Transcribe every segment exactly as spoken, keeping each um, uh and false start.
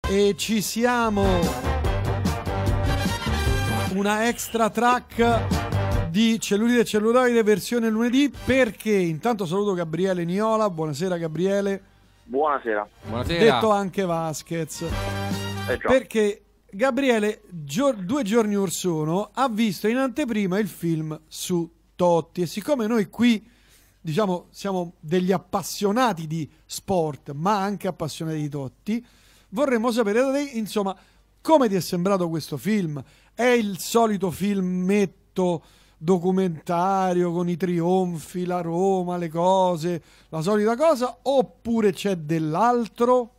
E ci siamo. Una extra track di Cellulite e Celluloide versione lunedì, perché intanto saluto Gabriele Niola. Buonasera Gabriele. Buonasera. Buonasera. Detto anche Vasquez. Eh già. Perché Gabriele gio- due giorni or sono ha visto in anteprima il film su Totti, e siccome noi qui diciamo siamo degli appassionati di sport ma anche appassionati di Totti, vorremmo sapere da te, insomma, come ti è sembrato questo film. È il solito filmetto documentario con i trionfi, la Roma, le cose, la solita cosa, oppure c'è dell'altro?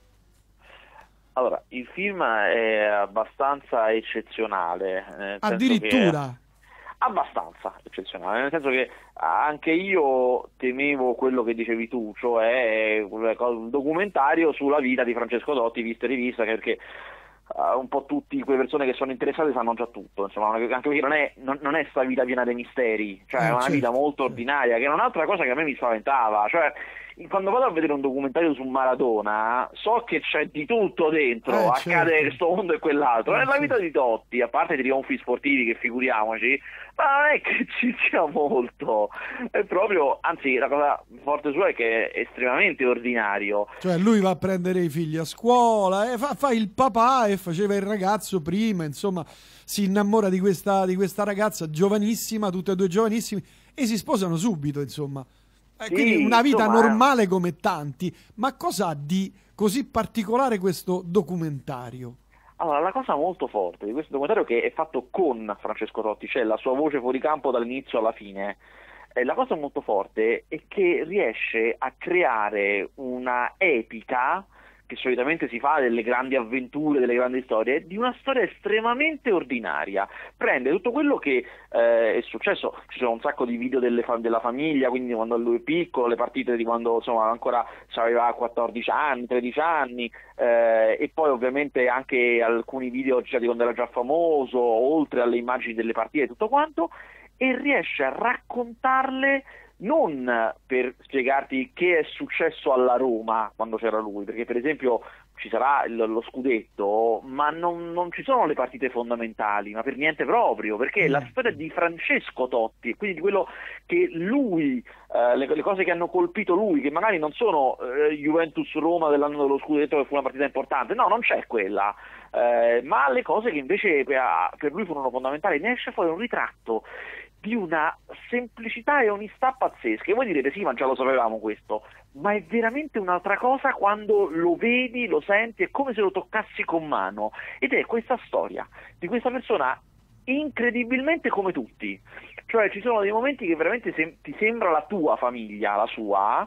Allora, il film è abbastanza eccezionale. Nel senso Addirittura? che... Abbastanza eccezionale, nel senso che anche io temevo quello che dicevi tu, cioè un documentario sulla vita di Francesco Totti vista e rivista, perché uh, un po' tutte quelle persone che sono interessate sanno già tutto, insomma, anche perché non è, non, non è sta vita piena di misteri, cioè eh, è una certo, vita molto certo. ordinaria, che è un'altra cosa che a me mi spaventava, cioè quando vado a vedere un documentario su Maradona so che c'è di tutto dentro, Eh, accade certo. questo mondo e quell'altro, Eh, è la sì. vita di Totti, a parte i trionfi sportivi che figuriamoci, ma non è che ci sia molto, è proprio, anzi la cosa forte sua è che è estremamente ordinario. Cioè lui va a prendere i figli a scuola, eh, fa, fa il papà e faceva il ragazzo prima, insomma si innamora di questa, di questa ragazza giovanissima, tutte e due giovanissimi, e si sposano subito, insomma. Eh, Sì, quindi una vita insomma, normale come tanti. Ma cosa ha di così particolare questo documentario? Allora, la cosa molto forte di questo documentario, che è fatto con Francesco Totti, cioè la sua voce fuori campo dall'inizio alla fine, eh, la cosa molto forte è che riesce a creare una epica, che solitamente si fa delle grandi avventure, delle grandi storie, di una storia estremamente ordinaria. Prende tutto quello che eh, è successo, ci sono un sacco di video delle fa- della famiglia, quindi quando lui è piccolo, le partite di quando insomma ancora aveva quattordici anni, tredici anni, eh, e poi ovviamente anche alcuni video girati quando era già famoso, oltre alle immagini delle partite e tutto quanto, e riesce a raccontarle non per spiegarti che è successo alla Roma quando c'era lui, perché per esempio ci sarà il, lo scudetto, ma non, non ci sono le partite fondamentali, ma per niente proprio, perché è la storia di Francesco Totti, quindi di quello che lui, eh, le, le cose che hanno colpito lui, che magari non sono eh, Juventus-Roma dell'anno dello scudetto che fu una partita importante, no, non c'è quella, eh, ma le cose che invece per, per lui furono fondamentali. Ne esce fuori un ritratto di una semplicità e onestà pazzesche. E voi direte sì, ma già lo sapevamo questo, ma è veramente un'altra cosa quando lo vedi, lo senti, è come se lo toccassi con mano, ed è questa storia di questa persona incredibilmente come tutti, cioè ci sono dei momenti che veramente sem- ti sembra la tua famiglia, la sua,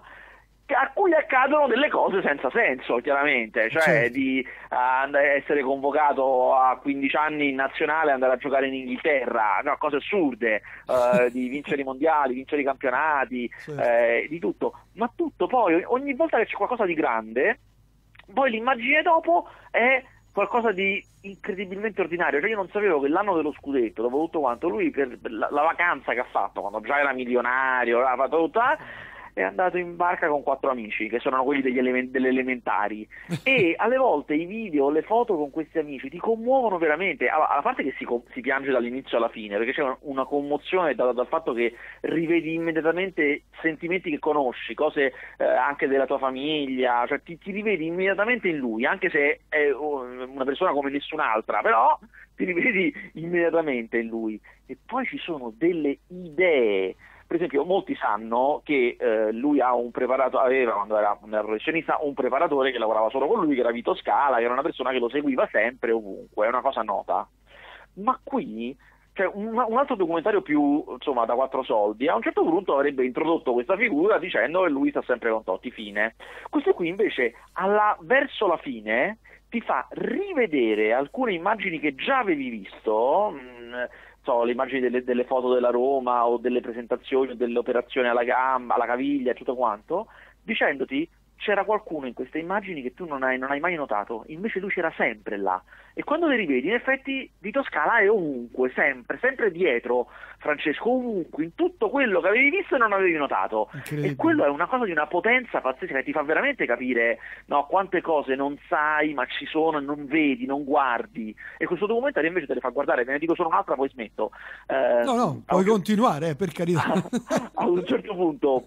a cui accadono delle cose senza senso, chiaramente, cioè Certo. di uh, essere convocato a quindici anni in nazionale e andare a giocare in Inghilterra, no, cose assurde, uh, di vincere i mondiali, vincere i campionati, Certo. eh, di tutto, ma tutto poi, ogni volta che c'è qualcosa di grande, poi l'immagine dopo è qualcosa di incredibilmente ordinario. Cioè io non sapevo che l'anno dello scudetto, dopo tutto quanto, lui per la, la vacanza che ha fatto, quando già era milionario, aveva fatto tutto, eh, è andato in barca con quattro amici che sono quelli degli element- delle elementari, e alle volte i video, le foto con questi amici ti commuovono veramente, a, a parte che si, com- si piange dall'inizio alla fine, perché c'è una, una commozione dal, dal fatto che rivedi immediatamente sentimenti che conosci, cose eh, anche della tua famiglia, cioè ti, ti rivedi immediatamente in lui, anche se è uh, una persona come nessun'altra, però ti rivedi immediatamente in lui. E poi ci sono delle idee. Per esempio, molti sanno che eh, lui ha un preparato, aveva quando era un professionista un preparatore che lavorava solo con lui, che era Vito Scala, che era una persona che lo seguiva sempre ovunque, è una cosa nota. Ma qui c'è un, un altro documentario più, insomma, da quattro soldi, a un certo punto avrebbe introdotto questa figura dicendo che lui sta sempre con Totti, fine. Questo qui invece, alla, verso la fine, ti fa rivedere alcune immagini che già avevi visto, mh, so, le immagini delle, delle foto della Roma o delle presentazioni o delle operazioni alla gamba, alla caviglia e tutto quanto, dicendoti c'era qualcuno in queste immagini che tu non hai, non hai mai notato, invece lui c'era sempre là. E quando le rivedi, in effetti Vito Scala è ovunque, sempre, sempre dietro Francesco, ovunque, in tutto quello che avevi visto e non avevi notato. E quello è una cosa di una potenza pazzesca che ti fa veramente capire, no, quante cose non sai, ma ci sono e non vedi, non guardi. E questo documentario invece te le fa guardare, ve ne dico solo un'altra, poi smetto. Eh, no, no, puoi continuare, eh, per carità. A un certo punto,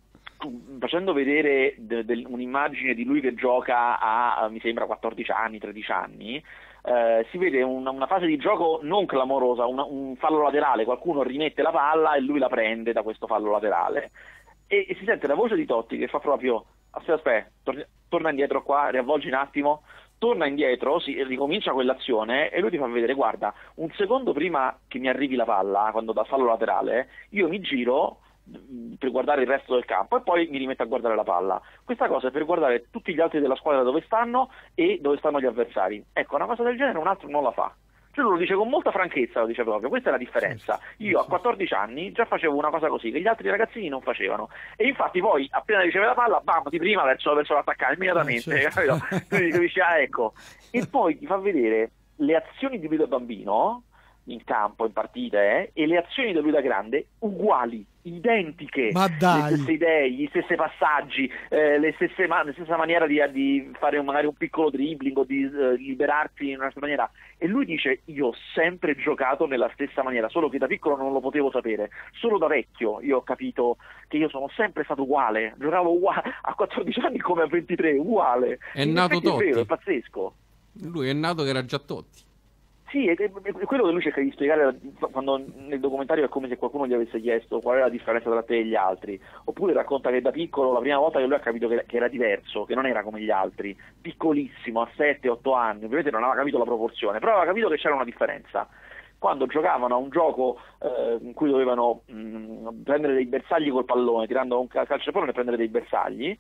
facendo vedere de, de, un'immagine di lui che gioca a, mi sembra, quattordici anni, tredici anni, eh, si vede una, una fase di gioco non clamorosa, una, un fallo laterale, qualcuno rimette la palla e lui la prende da questo fallo laterale. E, e si sente la voce di Totti che fa proprio, aspetta, aspetta, torna, torna indietro qua, riavvolgi un attimo, torna indietro, si ricomincia quell'azione e lui ti fa vedere, guarda, un secondo prima che mi arrivi la palla, quando dal fallo laterale, io mi giro per guardare il resto del campo e poi mi rimetto a guardare la palla. Questa cosa è per guardare tutti gli altri della squadra dove stanno e dove stanno gli avversari. Ecco, una cosa del genere un altro non la fa. Cioè lui lo dice con molta franchezza, lo dice proprio, questa è la differenza. Io a quattordici anni già facevo una cosa così che gli altri ragazzini non facevano, e infatti poi appena riceve la palla, bam, di prima verso, verso l'attaccante immediatamente, eh, certo. Quindi capisci, ah, ecco. E poi ti fa vedere le azioni di lui da bambino in campo, in partite, eh, e le azioni di lui da grande uguali, identiche, ma dai. Le stesse idee, gli stessi passaggi, eh, le stesse ma- la stessa maniera di, di fare un, magari un piccolo dribbling o di uh, liberarsi in una certa maniera. E lui dice, io ho sempre giocato nella stessa maniera, solo che da piccolo non lo potevo sapere, solo da vecchio io ho capito che io sono sempre stato uguale, giocavo uguale a quattordici anni come a ventitré, uguale. È in nato Totti. È vero, è pazzesco. Lui è nato che era già Totti. Sì, è, è, è quello che lui cerca di spiegare quando nel documentario è come se qualcuno gli avesse chiesto qual è la differenza tra te e gli altri, oppure racconta che da piccolo la prima volta che lui ha capito che, che era diverso, che non era come gli altri, piccolissimo, a sette otto anni, ovviamente non aveva capito la proporzione, però aveva capito che c'era una differenza. Quando giocavano a un gioco eh, in cui dovevano mh, prendere dei bersagli col pallone, tirando un calcio di pallone e prendere dei bersagli,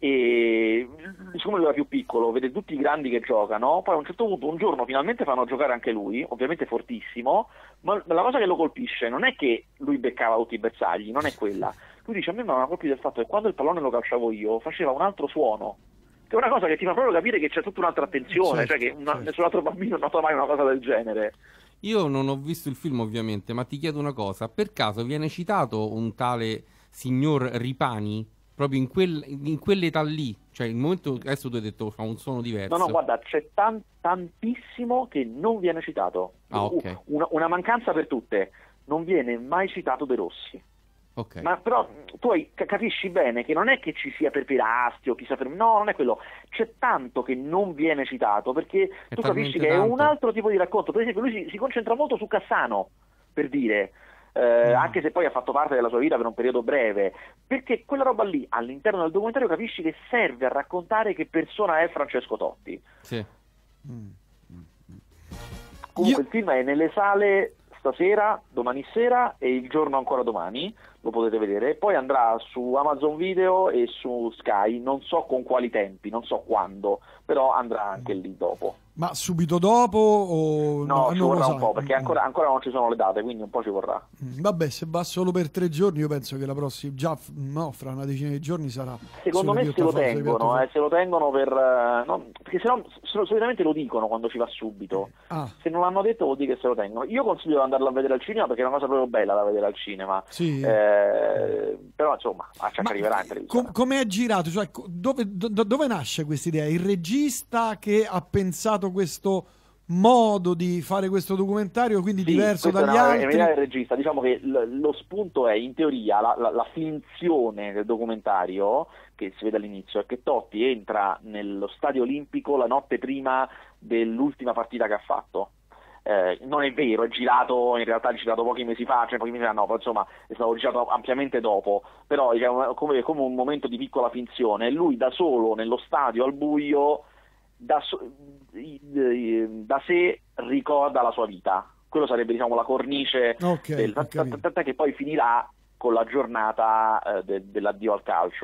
e siccome lui era più piccolo, vede tutti i grandi che giocano, poi a un certo punto un giorno finalmente fanno giocare anche lui, ovviamente fortissimo, ma la cosa che lo colpisce non è che lui beccava tutti i bersagli, non è quella. Lui dice, a me mi aveva colpito il fatto che quando il pallone lo calciavo io faceva un altro suono, che è una cosa che ti fa proprio capire che c'è tutta un'altra attenzione, certo, cioè che una, certo. Nessun altro bambino nota mai una cosa del genere. Io non ho visto il film ovviamente, ma ti chiedo una cosa, per caso viene citato un tale signor Ripani? Proprio in, quel, in quell'età lì, cioè il momento, adesso tu hai detto fa un suono diverso. No, no, guarda, c'è tan, tantissimo che non viene citato. Ah, okay. una, una mancanza per tutte, non viene mai citato De Rossi. Okay. Ma però tu hai, capisci bene che non è che ci sia per Pirasti o chissà per... No, non è quello. C'è tanto che non viene citato, perché è tu capisci che tanto. È un altro tipo di racconto. Per esempio lui si, si concentra molto su Cassano, per dire... Eh, mm. Anche se poi ha fatto parte della sua vita per un periodo breve, perché quella roba lì all'interno del documentario capisci che serve a raccontare che persona è Francesco Totti. Sì. Mm. Comunque Io... il film è nelle sale stasera, domani sera e il giorno ancora domani, lo potete vedere, poi andrà su Amazon Video e su Sky, non so con quali tempi, non so quando, però andrà anche lì dopo. Ma subito dopo o no? No, ci vorrà un po', perché ancora, ancora non ci sono le date, quindi un po' ci vorrà. Vabbè, se va solo per tre giorni, io penso che la prossima, già no, fra una decina di giorni sarà. Secondo me se lo tengono, eh, se lo tengono per no, perché se no solitamente lo dicono quando ci va subito. Ah. Se non l'hanno detto vuol dire che se lo tengono. Io consiglio di andarlo a vedere al cinema perché è una cosa proprio bella da vedere al cinema. Sì. Eh, però insomma, ci arriverà in televisione. Com- come è girato? Cioè, dove, do, dove nasce questa idea? Il regista che ha pensato questo modo di fare questo documentario, quindi sì, diverso dagli una, altri? È il regista, diciamo che l- lo spunto è in teoria la, la, la finzione del documentario che si vede all'inizio è che Totti entra nello stadio olimpico la notte prima dell'ultima partita che ha fatto. Eh, non è vero, è girato, in realtà è girato pochi mesi fa, cioè pochi mesi fa no, insomma è stato girato ampiamente dopo, però è una, come, come un momento di piccola finzione, lui da solo nello stadio al buio da, so, da sé ricorda la sua vita, quello sarebbe diciamo la cornice, okay, del, tant'è che poi finirà con la giornata eh, de, dell'addio al calcio,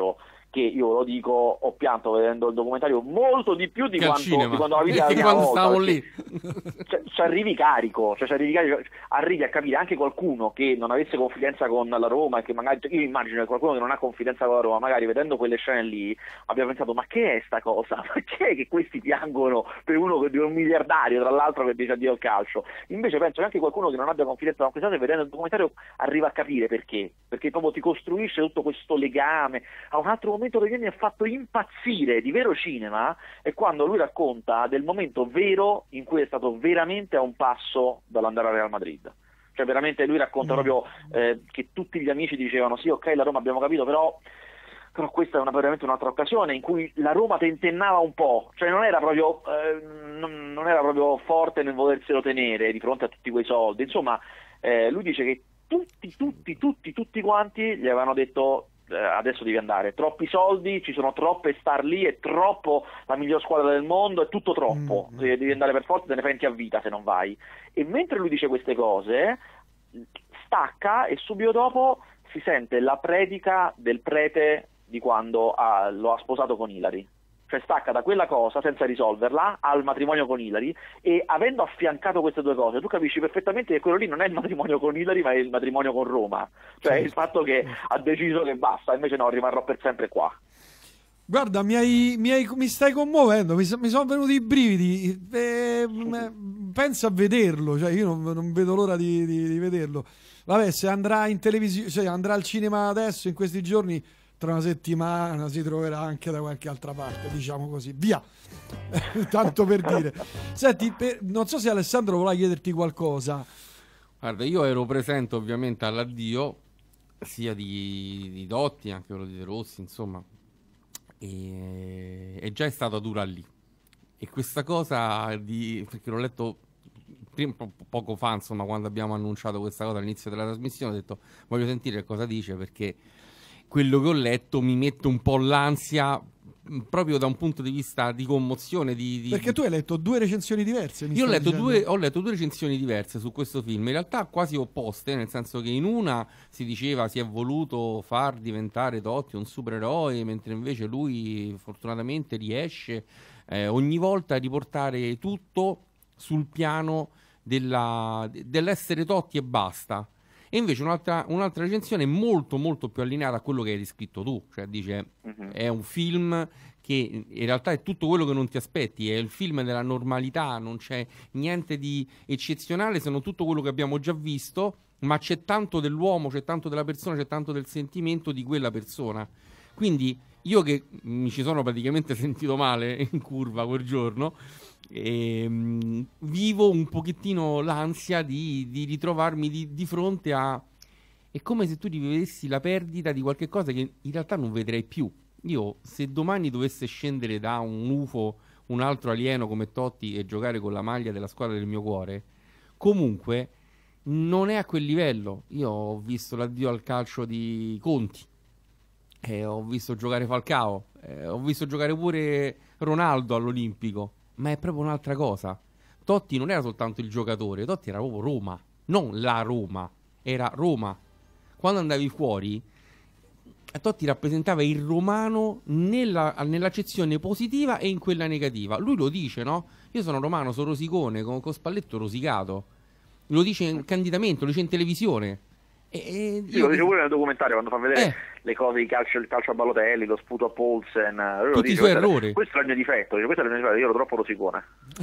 che io lo dico, ho pianto vedendo il documentario molto di più di, quanto, di quando la vita la prima quando volta, stavamo lì. Cioè, ci arrivi carico, cioè ci arrivi carico, arrivi a capire anche qualcuno che non avesse confidenza con la Roma, e che magari, io immagino che qualcuno che non ha confidenza con la Roma, magari vedendo quelle scene lì abbia pensato: ma che è sta cosa? Ma che è che questi piangono per uno di un miliardario, tra l'altro, che dice addio al calcio? Invece penso che anche qualcuno che non abbia confidenza con queste cose, vedendo il documentario arriva a capire perché, perché proprio ti costruisce tutto questo legame. A un altro momento che mi ha fatto impazzire di vero cinema è quando lui racconta del momento vero in cui è stato veramente a un passo dall'andare al Real Madrid. Cioè veramente lui racconta mm. proprio eh, che tutti gli amici dicevano: sì, ok, la Roma abbiamo capito, però però questa è una, veramente un'altra occasione in cui la Roma tentennava un po', cioè non era proprio eh, non, non era proprio forte nel volerselo tenere di fronte a tutti quei soldi. Insomma, eh, lui dice che tutti, tutti, tutti, tutti quanti gli avevano detto: eh, adesso devi andare, troppi soldi, ci sono troppe star lì, è troppo la miglior squadra del mondo, è tutto troppo, mm. devi andare per forza, te ne penti a vita se non vai. E mentre lui dice queste cose, stacca e subito dopo si sente la predica del prete di quando ha, lo ha sposato con Ilari. Cioè stacca da quella cosa senza risolverla al matrimonio con Ilari, e avendo affiancato queste due cose tu capisci perfettamente che quello lì non è il matrimonio con Ilari ma è il matrimonio con Roma, cioè sì. Il fatto che ha deciso che basta, invece no, rimarrò per sempre qua. Guarda, mi, hai, mi, hai, mi stai commuovendo, mi, mi sono venuti i brividi, eh, pensa a vederlo, cioè io non, non vedo l'ora di, di, di vederlo. Vabbè, se andrà in televisione, cioè andrà al cinema adesso in questi giorni, tra una settimana si troverà anche da qualche altra parte, diciamo così, via. Tanto per dire. Senti, per, non so se Alessandro voleva chiederti qualcosa. Guarda, io ero presente ovviamente all'addio sia di, di Totti, anche quello di De Rossi, insomma, e, e già è stata dura lì. E questa cosa di, perché l'ho letto prima, po- poco fa, insomma, quando abbiamo annunciato questa cosa all'inizio della trasmissione, ho detto voglio sentire cosa dice, perché quello che ho letto mi mette un po' l'ansia proprio da un punto di vista di commozione. Di, di... Perché tu hai letto due recensioni diverse. Mi Io ho letto, due, ho letto due recensioni diverse su questo film, in realtà quasi opposte, nel senso che in una si diceva si è voluto far diventare Totti un supereroe, mentre invece lui fortunatamente riesce eh, ogni volta a riportare tutto sul piano della, dell'essere Totti e basta. E invece un'altra, un'altra recensione molto molto più allineata a quello che hai descritto tu, cioè dice uh-huh. è un film che in realtà è tutto quello che non ti aspetti, è il film della normalità, non c'è niente di eccezionale, sono tutto quello che abbiamo già visto, ma c'è tanto dell'uomo, c'è tanto della persona, c'è tanto del sentimento di quella persona. Quindi io che mi ci sono praticamente sentito male in curva quel giorno, e, mh, vivo un pochettino l'ansia di, di ritrovarmi di, di fronte a... È come se tu rivedessi la perdita di qualche cosa che in realtà non vedrei più. Io, se domani dovesse scendere da un U F O, un altro alieno come Totti, e giocare con la maglia della squadra del mio cuore, comunque non è a quel livello. Io ho visto l'addio al calcio di Conti, eh, ho visto giocare Falcao, eh, ho visto giocare pure Ronaldo all'Olimpico, ma è proprio un'altra cosa. Totti non era soltanto il giocatore, Totti era proprio Roma, non la Roma, era Roma. Quando andavi fuori, Totti rappresentava il romano nella, nell'accezione positiva e in quella negativa. Lui lo dice, no? Io sono romano, sono rosicone, con, con Spalletto rosicato. Lo dice candidamente, lo dice in televisione. E, e sì, lo dice pure nel documentario quando fa vedere eh. le cose di calcio, il calcio a Balotelli, lo sputo a Poulsen, lui tutti dice, i suoi questo errori. È, questo è il mio difetto, dice, questo è il mio difetto, io ero troppo rosicone.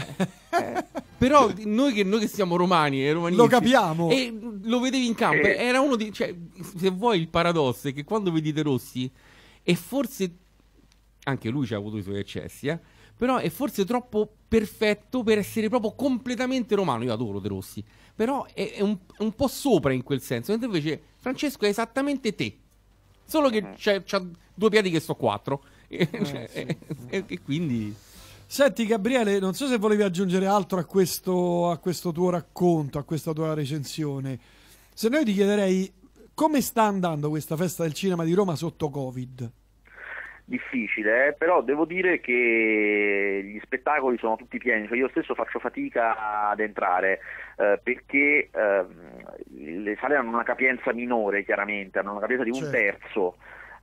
Eh, però noi che, noi che siamo romani e romanisti, lo capiamo, e lo vedevi in campo, eh. era uno di, cioè, se vuoi il paradosso è che quando vedi De Rossi, e forse anche lui ci ha avuto i suoi eccessi, eh, però è forse troppo perfetto per essere proprio completamente romano. Io adoro De Rossi, però è, è un, un po' sopra in quel senso, mentre invece Francesco è esattamente te, solo che c'è, c'ha due piedi che so quattro, e, eh, cioè, sì. e, e, e quindi... Senti Gabriele, non so se volevi aggiungere altro a questo, a questo tuo racconto, a questa tua recensione. Se no io ti chiederei come sta andando questa festa del cinema di Roma sotto Covid. Difficile, eh? Però devo dire che gli spettacoli sono tutti pieni, cioè io stesso faccio fatica ad entrare eh, perché eh, le sale hanno una capienza minore, chiaramente hanno una capienza di un certo. terzo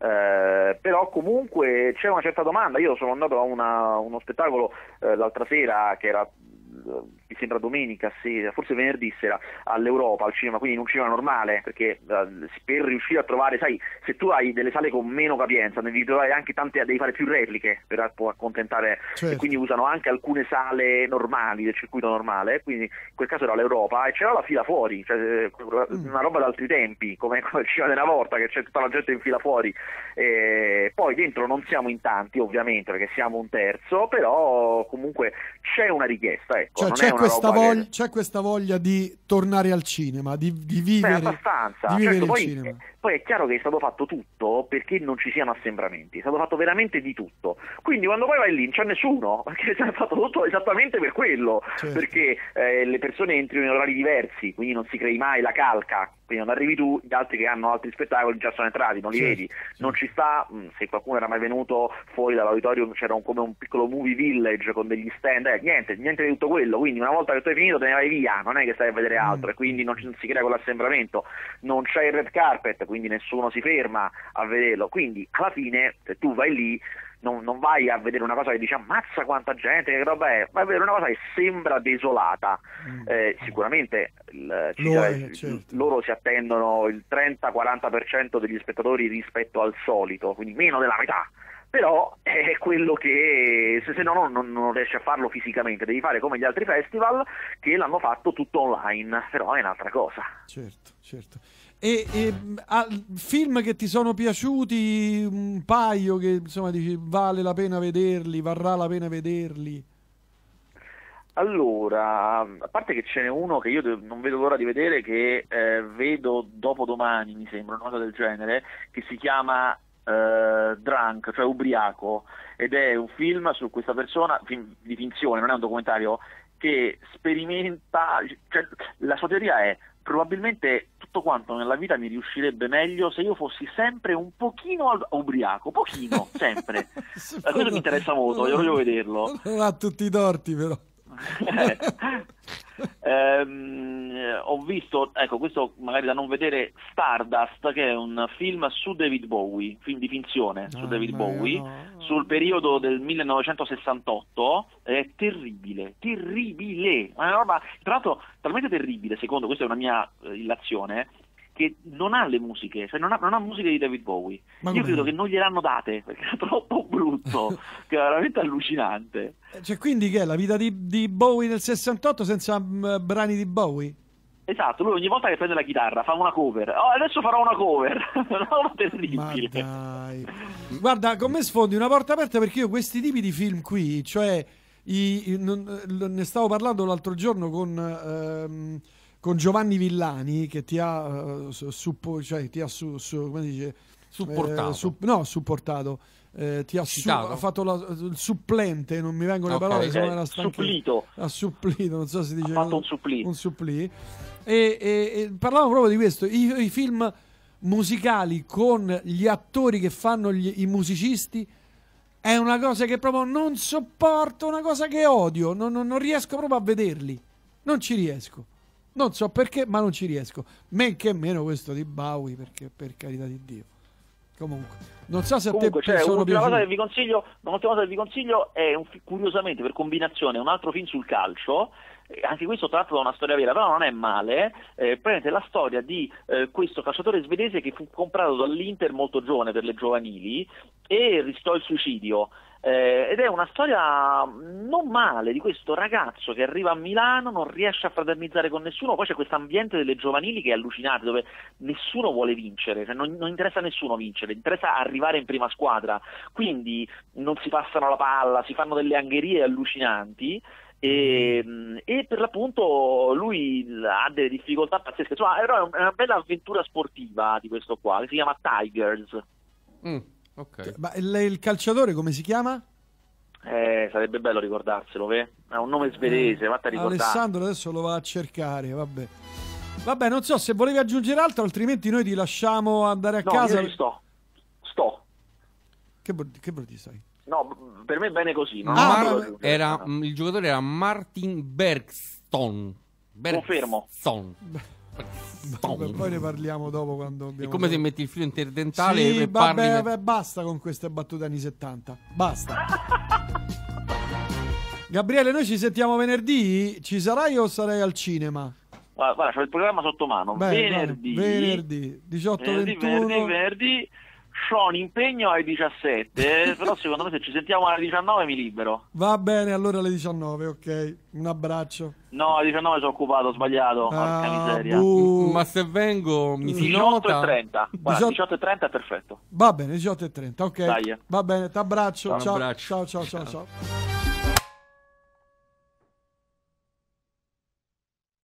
Eh, però comunque c'è una certa domanda. Io sono andato a una, uno spettacolo eh, l'altra sera che era, mi sembra domenica sera, forse venerdì sera, all'Europa, al cinema, quindi in un cinema normale, perché uh, per riuscire a trovare, sai, se tu hai delle sale con meno capienza, devi trovare anche tante, devi fare più repliche per accontentare, certo. E quindi usano anche alcune sale normali, del circuito normale, quindi in quel caso era l'Europa, e c'era la fila fuori, cioè mm. una roba d'altri tempi, come, come il cinema della volta, che c'è tutta la gente in fila fuori. E poi dentro non siamo in tanti, ovviamente, perché siamo un terzo, però comunque c'è una richiesta, ecco. Cioè, non c'è, è una questa roba voglia, che... c'è questa voglia di tornare al cinema, di, di vivere, Beh, abbastanza. di vivere Certo, il poi, cinema. Poi è chiaro che è stato fatto tutto perché non ci siano assembramenti, è stato fatto veramente di tutto. Quindi quando poi vai lì non c'è nessuno, perché è fatto tutto esattamente per quello, certo. Perché eh, le persone entrano in orari diversi, quindi non si crei mai la calca. Quindi quando arrivi tu, gli altri che hanno altri spettacoli già sono entrati, non li certo, vedi. certo. Non ci sta, mh, se qualcuno era mai venuto fuori dall'auditorium, c'era un, come un piccolo movie village con degli stand, eh, niente, niente di tutto quello. Quindi una volta che tu hai finito te ne vai via, non è che stai a vedere altro, e quindi non, non si crea quell'assembramento. Non c'è il red carpet, quindi nessuno si ferma a vederlo. Quindi alla fine, se tu vai lì, Non, non vai a vedere una cosa che dici ammazza quanta gente, che roba è, vai a vedere una cosa che sembra desolata. Mm. Eh, sicuramente il, ci Lo sarà- è, certo. loro si attendono il trenta quaranta per cento degli spettatori rispetto al solito, quindi meno della metà. Però è quello che, se, se no non, non riesci a farlo fisicamente, devi fare come gli altri festival che l'hanno fatto tutto online, però è un'altra cosa. Certo, certo. E, e ah, film che ti sono piaciuti, un paio che insomma dici vale la pena vederli, varrà la pena vederli? Allora, a parte che ce n'è uno che io de- non vedo l'ora di vedere, che eh, vedo dopodomani, mi sembra, una cosa del genere, che si chiama eh, Drunk, cioè ubriaco, ed è un film su questa persona, film di finzione, non è un documentario, che sperimenta, cioè, la sua teoria è: probabilmente tutto quanto nella vita mi riuscirebbe meglio se io fossi sempre un pochino al- ubriaco, pochino, sempre. Eh, questo mi interessa molto, io voglio vederlo. Non ha tutti i torti però. Ehm, ho visto, ecco, questo magari da non vedere, Stardust, che è un film su David Bowie, film di finzione su Ah, David ma Bowie, no. sul periodo del millenovecentosessantotto. È terribile, terribile, è una roba, tra l'altro talmente terribile, secondo, questa è una mia eh, illazione, che non ha le musiche, cioè non ha, non ha musiche di David Bowie. Ma Io come credo no? che non gliel'hanno date, perché è troppo brutto, che è veramente allucinante. Cioè, quindi che è la vita di, di Bowie del sessantotto senza mm, brani di Bowie? Esatto, lui ogni volta che prende la chitarra fa una cover. Oh, adesso farò una cover. Una roba Ma terribile. dai. Guarda, con me sfondi una porta aperta, perché io questi tipi di film qui, cioè i, i- non- ne stavo parlando l'altro giorno con, ehm, con Giovanni Villani, che ti ha, eh, su- suppo- cioè, ti ha su, su- come si dice? Supportato. Eh, su- no, supportato. Eh, ti ha, su- Citato. ha fatto la- il supplente, non mi vengono le Ok. parole, sono Eh, nella stanchezza. supplito. Ha supplito, non so se dice fatto un supplì. un supplì. E, e, e parlavamo proprio di questo, i, i film musicali con gli attori che fanno gli- i musicisti è una cosa che proprio non sopporto, una cosa che odio, non, non- non riesco proprio a vederli, non ci riesco, non so perché, ma non ci riesco, men che meno questo di Bowie, perché per carità di Dio. Comunque, non so se a Comunque, te c'è sono un'ultima cosa che piaciuti. vi consiglio, un'ultima cosa che vi consiglio è un, fi- curiosamente, per combinazione, un altro film sul calcio. Eh, anche questo tratto da una storia vera, però non è male. Eh, prende la storia di eh, questo calciatore svedese che fu comprato dall'Inter molto giovane per le giovanili e rischiò il suicidio. Eh, ed è una storia non male di questo ragazzo che arriva a Milano, non riesce a fraternizzare con nessuno, poi c'è questo ambiente delle giovanili che è allucinante, dove nessuno vuole vincere, cioè non, non interessa a nessuno vincere, interessa arrivare in prima squadra, quindi non si passano la palla, si fanno delle angherie allucinanti. E, e per l'appunto lui ha delle difficoltà pazzesche, insomma, però è una bella avventura sportiva di questo qua, che si chiama Tigers. Mm, ok. Ma il, il calciatore come si chiama? Eh, sarebbe bello ricordarselo, ve? Ha un nome svedese, vatti a ricordare. Alessandro adesso lo va a cercare, vabbè. Vabbè, non so se volevi aggiungere altro, altrimenti noi ti lasciamo andare a No, casa. io ci sto. Sto. Che brutto, che brutto stai? No, b- per me bene così. Non Ah, ho ma- altro da aggiungere. Era, mm, il giocatore era Martin Bergstone. Confermo. Bergstone. Vabbè, poi ne parliamo dopo quando abbiamo... È come se metti il filo interdentale sì, e vabbè, parli... vabbè, basta con queste battute anni settanta. Basta. Gabriele, noi ci sentiamo venerdì? Ci sarai o sarai al cinema? Guarda, guarda, c'ho il programma sotto mano. Beh, venerdì, venerdì diciotto venerdì, ventuno. venerdì, venerdì, c'ho un impegno alle diciassette, però secondo me se ci sentiamo alle diciannove mi libero. Va bene, allora alle diciannove, ok. Un abbraccio. No, alle diciannove sono occupato, ho sbagliato. Porca Ah, miseria. bu- Ma se vengo mi si diciotto e nota. trenta. Guarda, diciotto diciotto e trenta è perfetto. Va bene, diciotto e trenta, ok. Dai. Va bene, ti abbraccio. Ciao. Ciao, Un abbraccio. ciao, ciao, ciao, Ciao. ciao.